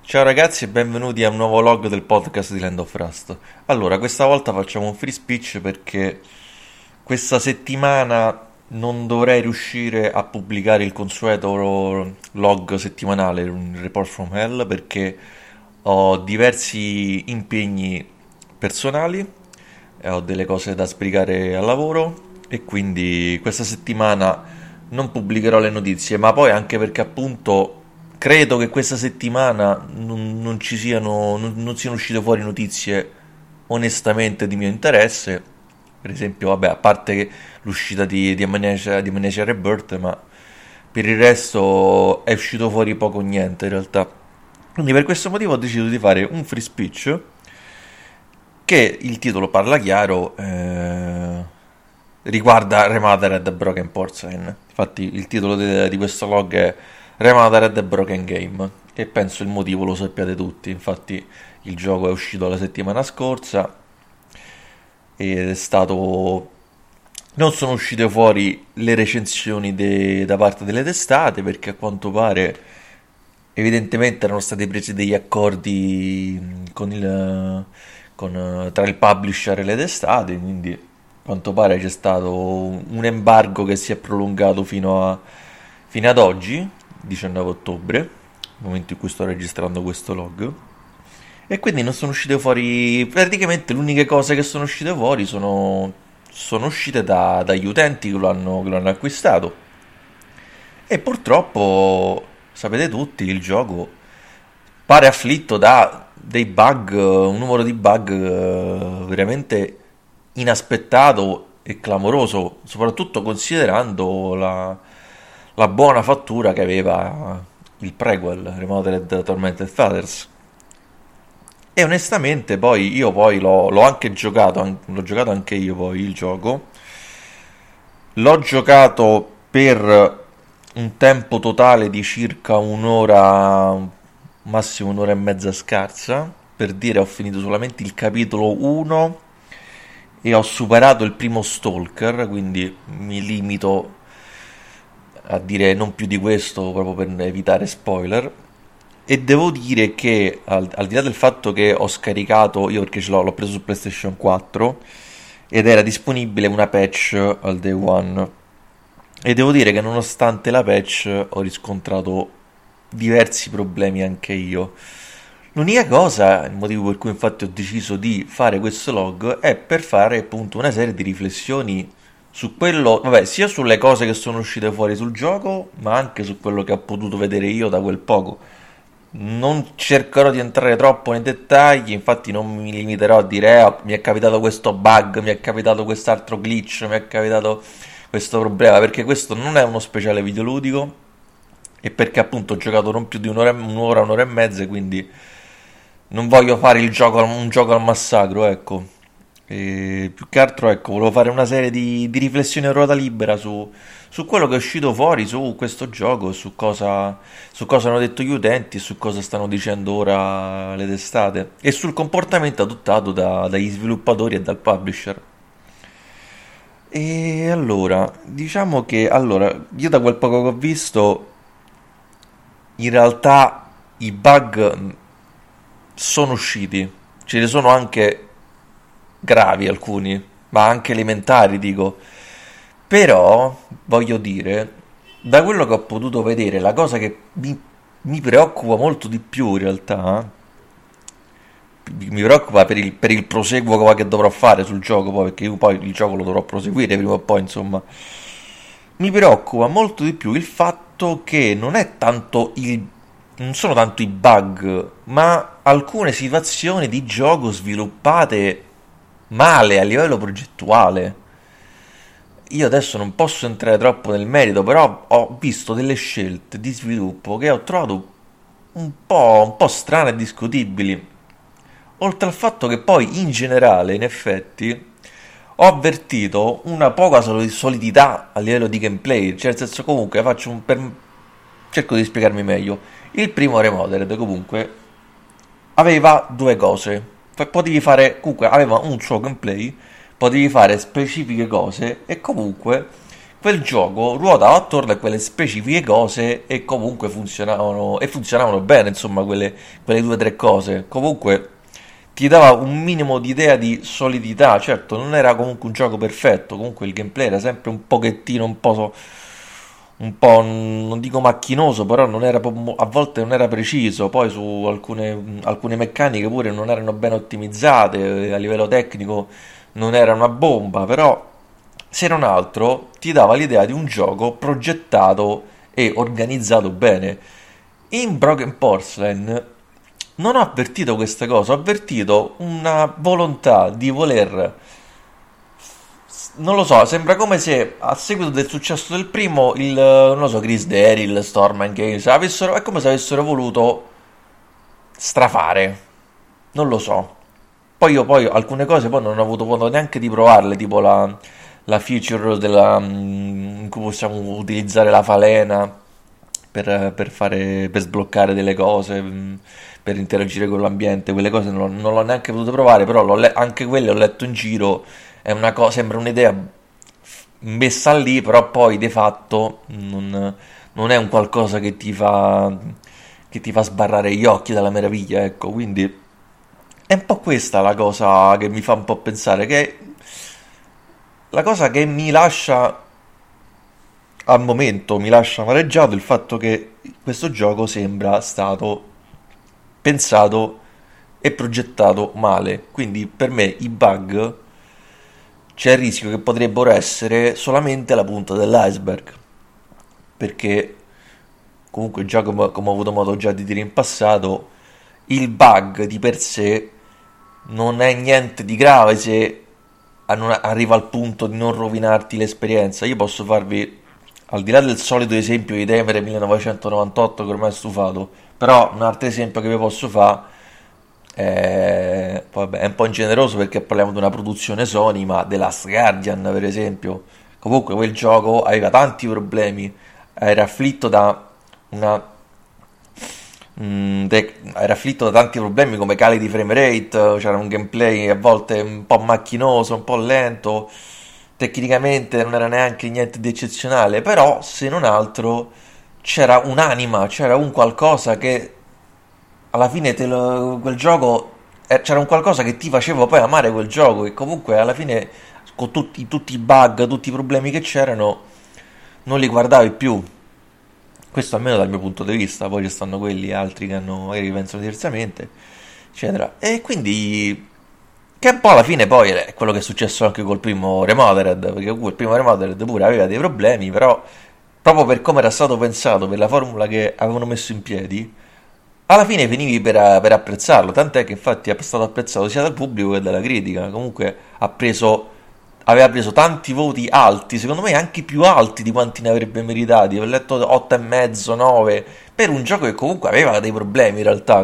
Ciao ragazzi e benvenuti a un nuovo log del podcast di Land of Rust. Allora, questa volta facciamo un free speech perché questa settimana non dovrei riuscire a pubblicare il consueto log settimanale, un report from hell, perché ho diversi impegni personali e ho delle cose da sbrigare al lavoro e quindi questa settimana non pubblicherò le notizie, ma poi anche perché appunto credo che questa settimana non ci siano, non siano uscite fuori notizie onestamente di mio interesse. Per esempio, vabbè, a parte l'uscita di Amnesia Rebirth, ma per il resto è uscito fuori poco o niente in realtà. Quindi per questo motivo ho deciso di fare un free speech che il titolo parla chiaro, riguarda Remothered Broken Porcelain. Infatti il titolo di questo log è Remothered Broken Game e penso il motivo lo sappiate tutti. Infatti il gioco è uscito la settimana scorsa ed è stato... Non sono uscite fuori le recensioni da parte delle testate perché a quanto pare evidentemente erano stati presi degli accordi tra il publisher e le testate, quindi a quanto pare c'è stato un embargo che si è prolungato fino ad oggi, 19 ottobre, momento in cui sto registrando questo log. E quindi non sono uscite fuori. Praticamente le uniche cose che sono uscite fuori sono uscite dagli utenti che lo hanno acquistato. E purtroppo, sapete tutti, il gioco pare afflitto da dei bug, un numero di bug veramente inaspettato e clamoroso, soprattutto considerando la buona fattura che aveva il prequel Remodeled Tormented Fathers. E onestamente poi io poi l'ho anche giocato, l'ho giocato anche io poi il gioco. L'ho giocato per un tempo totale di circa un'ora, massimo un'ora e mezza scarsa. Per dire, ho finito solamente il capitolo 1 e ho superato il primo Stalker, quindi mi limito a dire non più di questo proprio per evitare spoiler. E devo dire che al di là del fatto che ho scaricato, io perché l'ho preso su PlayStation 4 ed era disponibile una patch al day one, e devo dire che nonostante la patch ho riscontrato diversi problemi anche io. L'unica cosa, il motivo per cui infatti ho deciso di fare questo log è per fare appunto una serie di riflessioni su quello, vabbè, sia sulle cose che sono uscite fuori sul gioco, ma anche su quello che ho potuto vedere io da quel poco. Non cercherò di entrare troppo nei dettagli, infatti non mi limiterò a dire mi è capitato questo bug, mi è capitato quest'altro glitch, mi è capitato questo problema, perché questo non è uno speciale videoludico e perché appunto ho giocato non più di un'ora e mezza, quindi non voglio fare un gioco al massacro, ecco. E più che altro, ecco, volevo fare una serie di riflessioni a ruota libera su quello che è uscito fuori su questo gioco, su cosa hanno detto gli utenti, su cosa stanno dicendo ora le testate e sul comportamento adottato dagli sviluppatori e dal publisher. E allora, diciamo che io da quel poco che ho visto, in realtà i bug sono usciti, ce ne sono anche gravi alcuni, ma anche elementari, dico. Però, voglio dire, da quello che ho potuto vedere, la cosa che mi preoccupa molto di più in realtà, mi preoccupa per il proseguo che dovrò fare sul gioco, poi, perché io poi il gioco lo dovrò proseguire prima o poi, insomma. Mi preoccupa molto di più il fatto che non sono tanto i bug, ma alcune situazioni di gioco sviluppate male a livello progettuale. Io adesso non posso entrare troppo nel merito, però ho visto delle scelte di sviluppo che ho trovato un po' strane e discutibili. Oltre al fatto che poi in generale, in effetti, ho avvertito una poca solidità a livello di gameplay. Cioè, nel senso, comunque, cerco di spiegarmi meglio. Il primo Remodeled, comunque, aveva due cose. Potevi fare, comunque, aveva un suo gameplay, potevi fare specifiche cose e comunque quel gioco ruotava attorno a quelle specifiche cose e comunque funzionavano bene, insomma, quelle due o tre cose. Comunque ti dava un minimo di idea di solidità. Certo, non era comunque un gioco perfetto, comunque il gameplay era sempre un pochettino, un po', non dico macchinoso, però non era, a volte non era preciso. Poi su alcune meccaniche pure non erano ben ottimizzate, a livello tecnico non era una bomba, però se non altro ti dava l'idea di un gioco progettato e organizzato bene. In Broken Porcelain non ho avvertito questa cosa, ho avvertito una volontà di voler, non lo so, sembra come se a seguito del successo del primo, non lo so, Chris Daryl, Storm Games, è come se avessero voluto strafare, non lo so. Poi alcune cose poi non ho avuto modo neanche di provarle, tipo la feature in cui possiamo utilizzare la falena per sbloccare delle cose, per interagire con l'ambiente. Quelle cose non l'ho neanche potuto provare, però anche quelle ho letto in giro. Sembra un'idea messa lì, però poi di fatto non è un qualcosa che ti fa sbarrare gli occhi dalla meraviglia, ecco. Quindi è un po' questa la cosa che mi fa un po' pensare, che la cosa che mi lascia al momento, mi lascia amareggiato il fatto che questo gioco sembra stato pensato e progettato male. Quindi per me i bug c'è il rischio che potrebbero essere solamente la punta dell'iceberg, perché comunque già come ho avuto modo già di dire in passato, il bug di per sé non è niente di grave se arriva al punto di non rovinarti l'esperienza. Io posso farvi, al di là del solito esempio di Temere 1998 che ormai è stufato, però un altro esempio che vi posso fare vabbè, è un po' ingeneroso perché parliamo di una produzione Sony, ma The Last Guardian per esempio. Comunque quel gioco aveva tanti problemi, era afflitto da una era afflitto da tanti problemi come cali di frame rate, c'era un gameplay a volte un po' macchinoso, un po' lento, tecnicamente non era neanche niente di eccezionale, però se non altro c'era un'anima, c'era un qualcosa che alla fine quel gioco, c'era un qualcosa che ti faceva poi amare quel gioco e comunque alla fine con tutti i bug, tutti i problemi che c'erano non li guardavi più. Questo almeno dal mio punto di vista, poi ci stanno quelli altri che magari pensano diversamente, eccetera. E quindi che un po' alla fine poi è quello che è successo anche col primo Remothered, perché il primo Remothered pure aveva dei problemi, però proprio per come era stato pensato, per la formula che avevano messo in piedi, alla fine finivi per apprezzarlo, tant'è che infatti è stato apprezzato sia dal pubblico che dalla critica. Comunque aveva preso tanti voti alti, secondo me anche più alti di quanti ne avrebbe meritati. Ho letto 8,5, 9, per un gioco che comunque aveva dei problemi in realtà,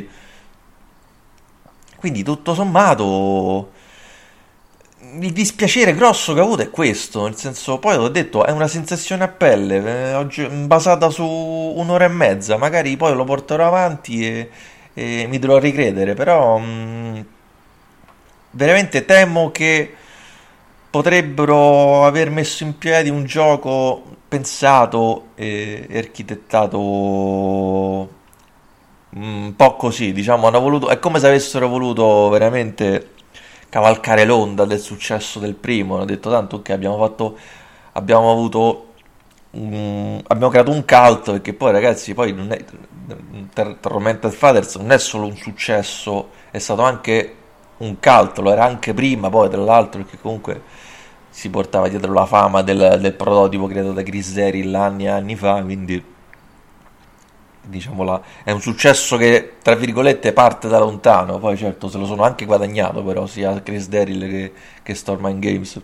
quindi tutto sommato il dispiacere grosso che ho avuto è questo, nel senso, poi l'ho detto, è una sensazione a pelle, basata su un'ora e mezza, magari poi lo porterò avanti e mi dovrò ricredere, però veramente temo che potrebbero aver messo in piedi un gioco pensato e architettato un po' così, diciamo, è come se avessero voluto veramente cavalcare l'onda del successo del primo. Hanno detto tanto, ok, abbiamo avuto abbiamo creato un cult, perché poi ragazzi, poi non è Tormented Fathers non è solo un successo, è stato anche un cult, lo era anche prima, poi tra l'altro, perché comunque si portava dietro la fama del prototipo creato da Chris Daryl anni e anni fa, quindi diciamo è un successo che tra virgolette parte da lontano. Poi certo se lo sono anche guadagnato però sia Chris Daryl che Storm Games.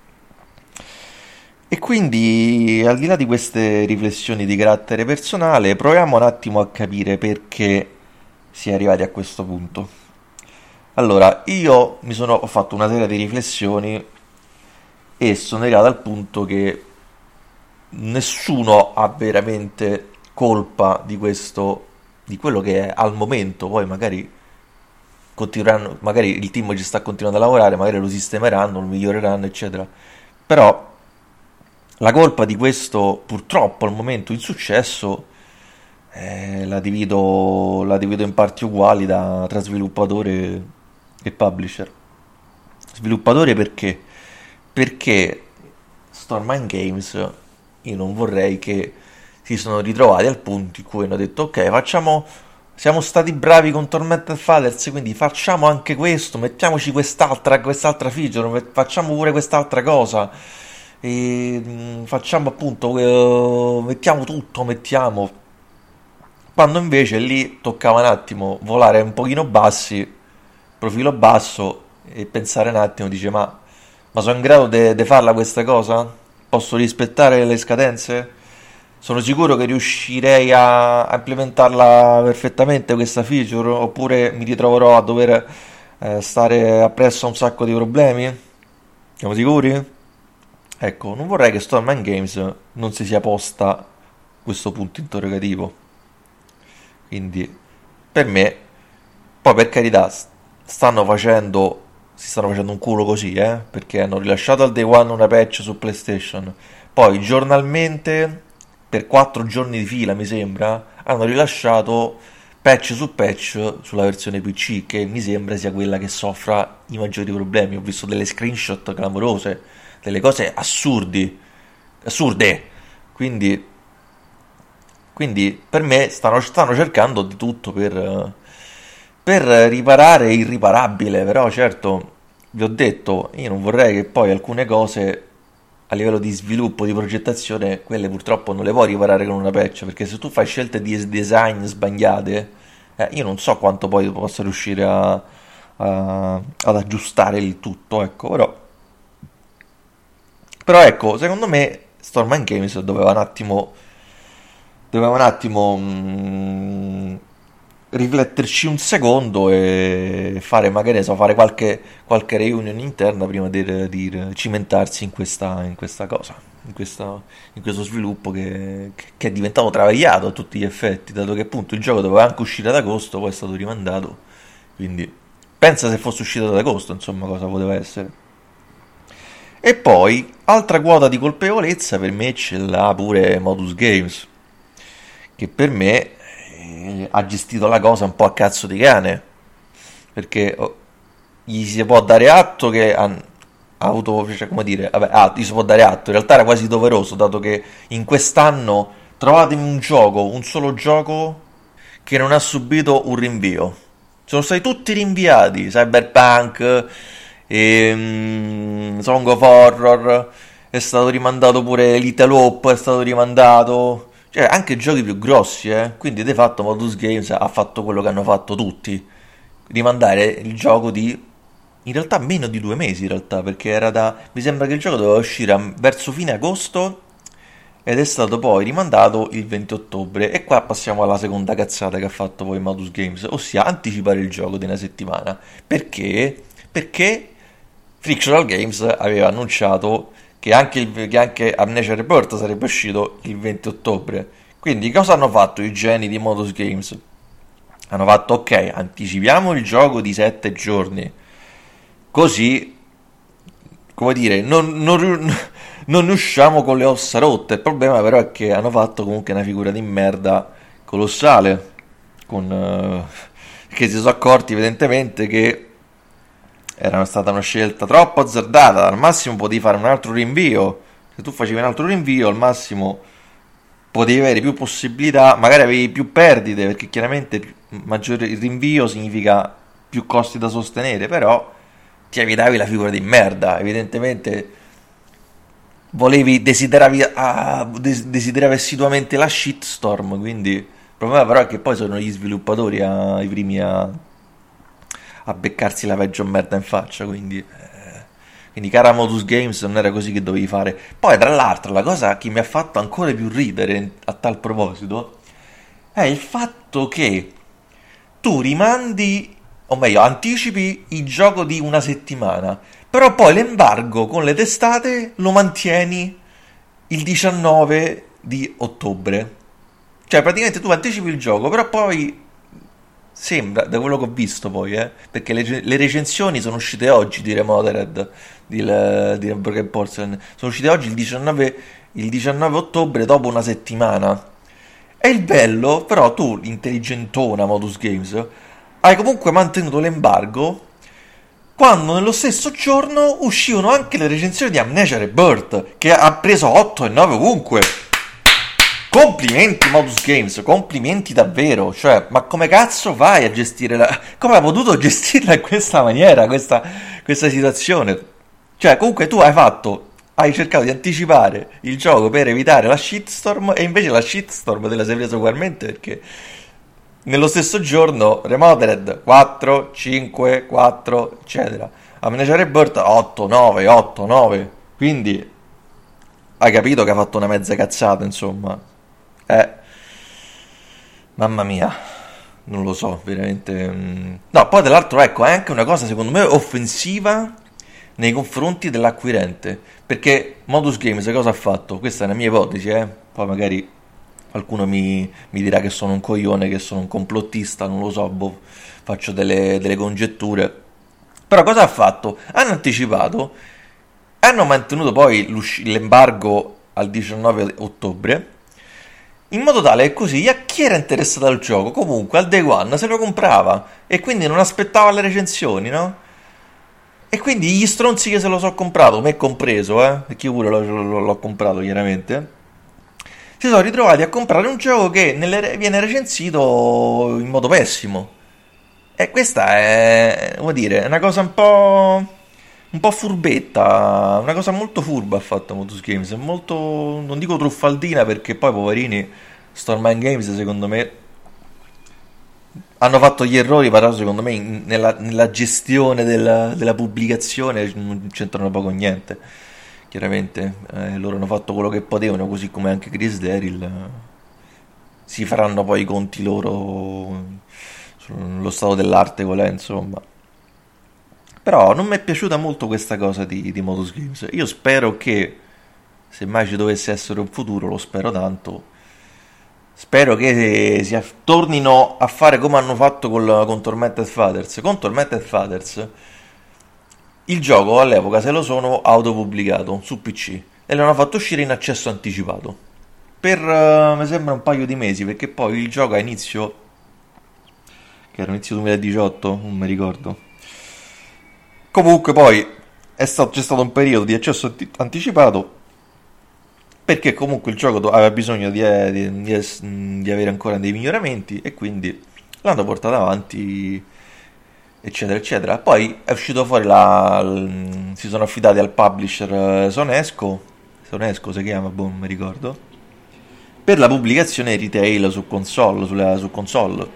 E quindi al di là di queste riflessioni di carattere personale, proviamo un attimo a capire perché si è arrivati a questo punto. Allora, ho fatto una serie di riflessioni e sono arrivato al punto che nessuno ha veramente colpa di questo, di quello che è al momento. Poi magari continueranno, magari il team ci sta continuando a lavorare, magari lo sistemeranno, lo miglioreranno, eccetera. Però la colpa di questo purtroppo al momento insuccesso la divido in parti uguali tra sviluppatore e publisher. Sviluppatore perché? Perché Stormline Games io non vorrei che si sono ritrovati al punto in cui hanno detto ok, siamo stati bravi con Tormented Fathers, quindi facciamo anche questo, mettiamoci quest'altra feature, facciamo pure quest'altra cosa. E facciamo appunto, mettiamo tutto, mettiamo. Quando invece lì toccava un attimo volare un pochino bassi, profilo basso e pensare un attimo, dice ma sono in grado di farla questa cosa? Posso rispettare le scadenze? Sono sicuro che riuscirei a implementarla perfettamente questa feature? Oppure mi ritroverò a dover stare appresso a un sacco di problemi? Siamo sicuri? Ecco, non vorrei che Storm Games non si sia posta questo punto interrogativo. Quindi, per me, poi per carità, si stanno facendo un culo così, perché hanno rilasciato al day one una patch su PlayStation, poi giornalmente, per 4 giorni di fila mi sembra, hanno rilasciato patch su patch sulla versione PC, che mi sembra sia quella che soffra i maggiori problemi. Ho visto delle screenshot clamorose, delle cose assurde, quindi per me stanno cercando di tutto per riparare irriparabile, però certo, vi ho detto, io non vorrei che poi alcune cose a livello di sviluppo, di progettazione, quelle purtroppo non le puoi riparare con una patch, perché se tu fai scelte di design sbagliate, io non so quanto poi possa riuscire ad aggiustare il tutto, ecco, però ecco, secondo me Storm Games doveva un attimo rifletterci un secondo e fare magari fare qualche reunion interna prima di cimentarsi in questa cosa, in questo sviluppo che è diventato travagliato a tutti gli effetti, dato che appunto il gioco doveva anche uscire ad agosto, poi è stato rimandato, quindi pensa se fosse uscito ad agosto, insomma, cosa poteva essere. E poi, altra quota di colpevolezza per me ce l'ha pure Modus Games, che per me ha gestito la cosa un po' a cazzo di cane, perché gli si può dare atto che ha avuto, cioè, come dire, vabbè, gli si può dare atto, in realtà era quasi doveroso, dato che in quest'anno trovatemi un solo gioco che non ha subito un rinvio. Sono stati tutti rinviati, Cyberpunk, Song of Horror, è stato rimandato pure Little Hope, è stato rimandato, cioè anche giochi più grossi, quindi di fatto Modus Games ha fatto quello che hanno fatto tutti, rimandare il gioco di in realtà meno di 2 mesi in realtà, perché mi sembra che il gioco doveva uscire verso fine agosto ed è stato poi rimandato il 20 ottobre. E qua passiamo alla seconda cazzata che ha fatto poi Modus Games, ossia anticipare il gioco di una settimana. Perché? Perché Frictional Games aveva annunciato che anche Amnesia Report sarebbe uscito il 20 ottobre. Quindi cosa hanno fatto i geni di Modus Games? Hanno fatto ok, anticipiamo il gioco di 7 giorni, così, come dire, non usciamo con le ossa rotte. Il problema però è che hanno fatto comunque una figura di merda colossale, che si sono accorti evidentemente che era stata una scelta troppo azzardata. Al massimo potevi fare un altro rinvio. Se tu facevi un altro rinvio, al massimo potevi avere più possibilità, magari avevi più perdite, perché chiaramente maggiore il rinvio significa più costi da sostenere, però ti evitavi la figura di merda. Evidentemente desideravi assiduamente la shitstorm, quindi il problema però è che poi sono gli sviluppatori i primi a beccarsi la peggio merda in faccia, quindi cara Modus Games, non era così che dovevi fare. Poi tra l'altro la cosa che mi ha fatto ancora più ridere a tal proposito è il fatto che tu rimandi, o meglio anticipi il gioco di una settimana, però poi l'embargo con le testate lo mantieni il 19 di ottobre. Cioè praticamente tu anticipi il gioco, però poi sembra, da quello che ho visto poi, perché le recensioni sono uscite oggi di Remotered, di Broken Porcelain, sono uscite oggi il 19 il 19 ottobre dopo una settimana. E il bello, però tu, intelligentona Modus Games, hai comunque mantenuto l'embargo quando nello stesso giorno uscivano anche le recensioni di Amnesia Rebirth, che ha preso 8 e 9 ovunque. Complimenti Modus Games, complimenti davvero, cioè, ma come cazzo vai a gestire come hai potuto gestirla in questa maniera, questa situazione? Cioè, comunque tu hai cercato di anticipare il gioco per evitare la shitstorm e invece la shitstorm te la sei presa ugualmente perché nello stesso giorno Remodeled 4, 5, 4, eccetera. Amnesia Rebirth 8, 9, 8, 9. Quindi hai capito che ha fatto una mezza cazzata, insomma. Mamma mia, non lo so, veramente. No, poi dall'altro, ecco, è anche una cosa secondo me offensiva nei confronti dell'acquirente. Perché Modus Games cosa ha fatto? Questa è una mia ipotesi, eh. Poi magari qualcuno mi dirà che sono un coglione, che sono un complottista, non lo so, boh, faccio delle congetture. Però cosa ha fatto? Hanno anticipato, hanno mantenuto poi l'embargo al 19 ottobre, in modo tale che così a chi era interessato al gioco, comunque al day one se lo comprava e quindi non aspettava le recensioni, no? E quindi gli stronzi che se lo so comprato, me compreso, perché io pure l'ho comprato chiaramente, si sono ritrovati a comprare un gioco che viene recensito in modo pessimo. E questa è, come dire, è una cosa un po' furbetta, una cosa molto furba ha fatto Modus Games, è molto, non dico truffaldina perché poi poverini Stormline Games secondo me hanno fatto gli errori, però secondo me nella gestione della pubblicazione non c'entrano poco o niente. Chiaramente loro hanno fatto quello che potevano, così come anche Chris Daryl. Si faranno poi i conti loro sullo stato dell'arte, qual è, insomma. Però non mi è piaciuta molto questa cosa di Modus Games. Io spero che, se mai ci dovesse essere un futuro, lo spero tanto, spero che tornino a fare come hanno fatto con Tormented Fathers. Con Tormented Fathers il gioco all'epoca se lo sono autopubblicato su PC e l'hanno fatto uscire in accesso anticipato per mi sembra un paio di mesi, perché poi il gioco a inizio, che era inizio 2018, non mi ricordo. Comunque poi c'è stato un periodo di accesso anticipato perché comunque il gioco aveva bisogno di avere ancora dei miglioramenti e quindi l'hanno portato avanti, eccetera eccetera. Poi è uscito fuori si sono affidati al publisher Sonesco si chiama, boh, non mi ricordo, per la pubblicazione retail su console, su console.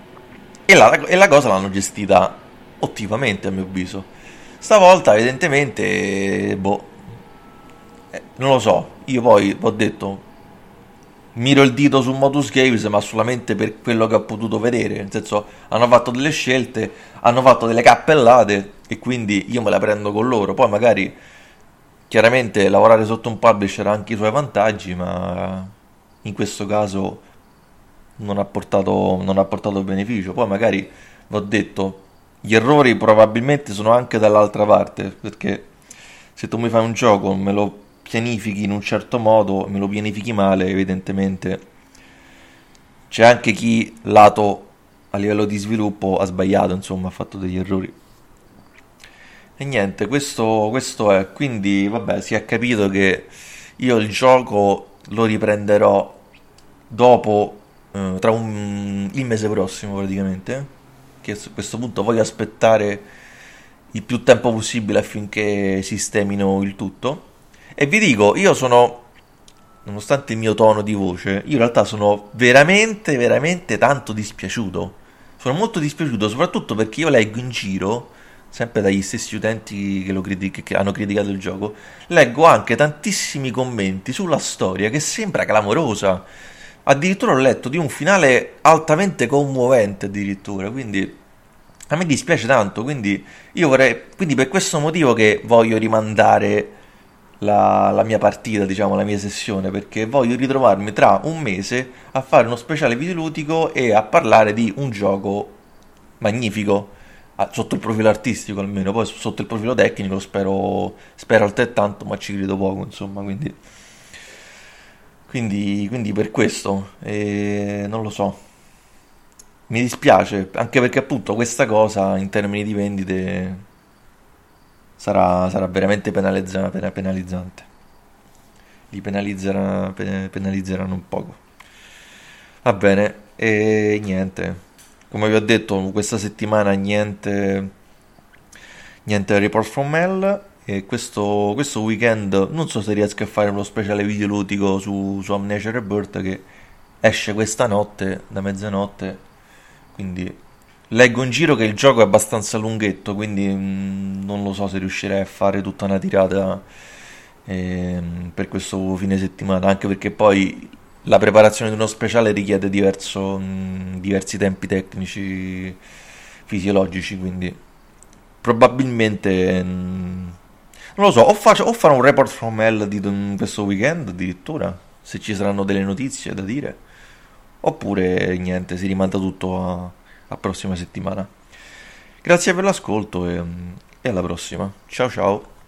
E la cosa l'hanno gestita ottimamente a mio avviso. Stavolta evidentemente, boh, non lo so, io poi ho detto, miro il dito su Modus Games, ma solamente per quello che ho potuto vedere, nel senso, hanno fatto delle scelte, hanno fatto delle cappellate e quindi io me la prendo con loro. Poi magari, chiaramente, lavorare sotto un publisher ha anche i suoi vantaggi, ma in questo caso non ha portato beneficio. Poi magari, l'ho detto, gli errori probabilmente sono anche dall'altra parte, perché se tu mi fai un gioco, me lo pianifichi in un certo modo, me lo pianifichi male, evidentemente c'è anche chi lato a livello di sviluppo ha sbagliato, insomma, ha fatto degli errori. E niente, questo è. Quindi, vabbè, si è capito che io il gioco lo riprenderò dopo, il mese prossimo praticamente, che a questo punto voglio aspettare il più tempo possibile affinché sistemino il tutto. E vi dico, io sono, nonostante il mio tono di voce, io in realtà sono veramente, veramente tanto dispiaciuto. Sono molto dispiaciuto, soprattutto perché io leggo in giro, sempre dagli stessi utenti che hanno criticato il gioco, leggo anche tantissimi commenti sulla storia che sembra clamorosa. Addirittura ho letto di un finale altamente commovente, addirittura, quindi a me dispiace tanto, quindi io vorrei, quindi per questo motivo che voglio rimandare la mia partita, diciamo, la mia sessione, perché voglio ritrovarmi tra un mese a fare uno speciale videoludico e a parlare di un gioco magnifico, sotto il profilo artistico almeno, poi sotto il profilo tecnico spero altrettanto, ma ci credo poco, insomma, quindi Quindi per questo, non lo so. Mi dispiace, anche perché appunto questa cosa in termini di vendite sarà veramente penalizzante. Penalizzeranno un poco. Va bene, e niente. Come vi ho detto, questa settimana niente report from hell. E questo weekend non so se riesco a fare uno speciale videoludico su Amnesia Rebirth che esce questa notte, da mezzanotte. Quindi leggo in giro che il gioco è abbastanza lunghetto, quindi non lo so se riuscirei a fare tutta una tirata per questo fine settimana, anche perché poi la preparazione di uno speciale richiede diversi tempi tecnici fisiologici, quindi probabilmente non lo so, o farò un report from hell di questo weekend addirittura, se ci saranno delle notizie da dire, oppure niente, si rimanda tutto a prossima settimana. Grazie per l'ascolto e alla prossima. Ciao ciao.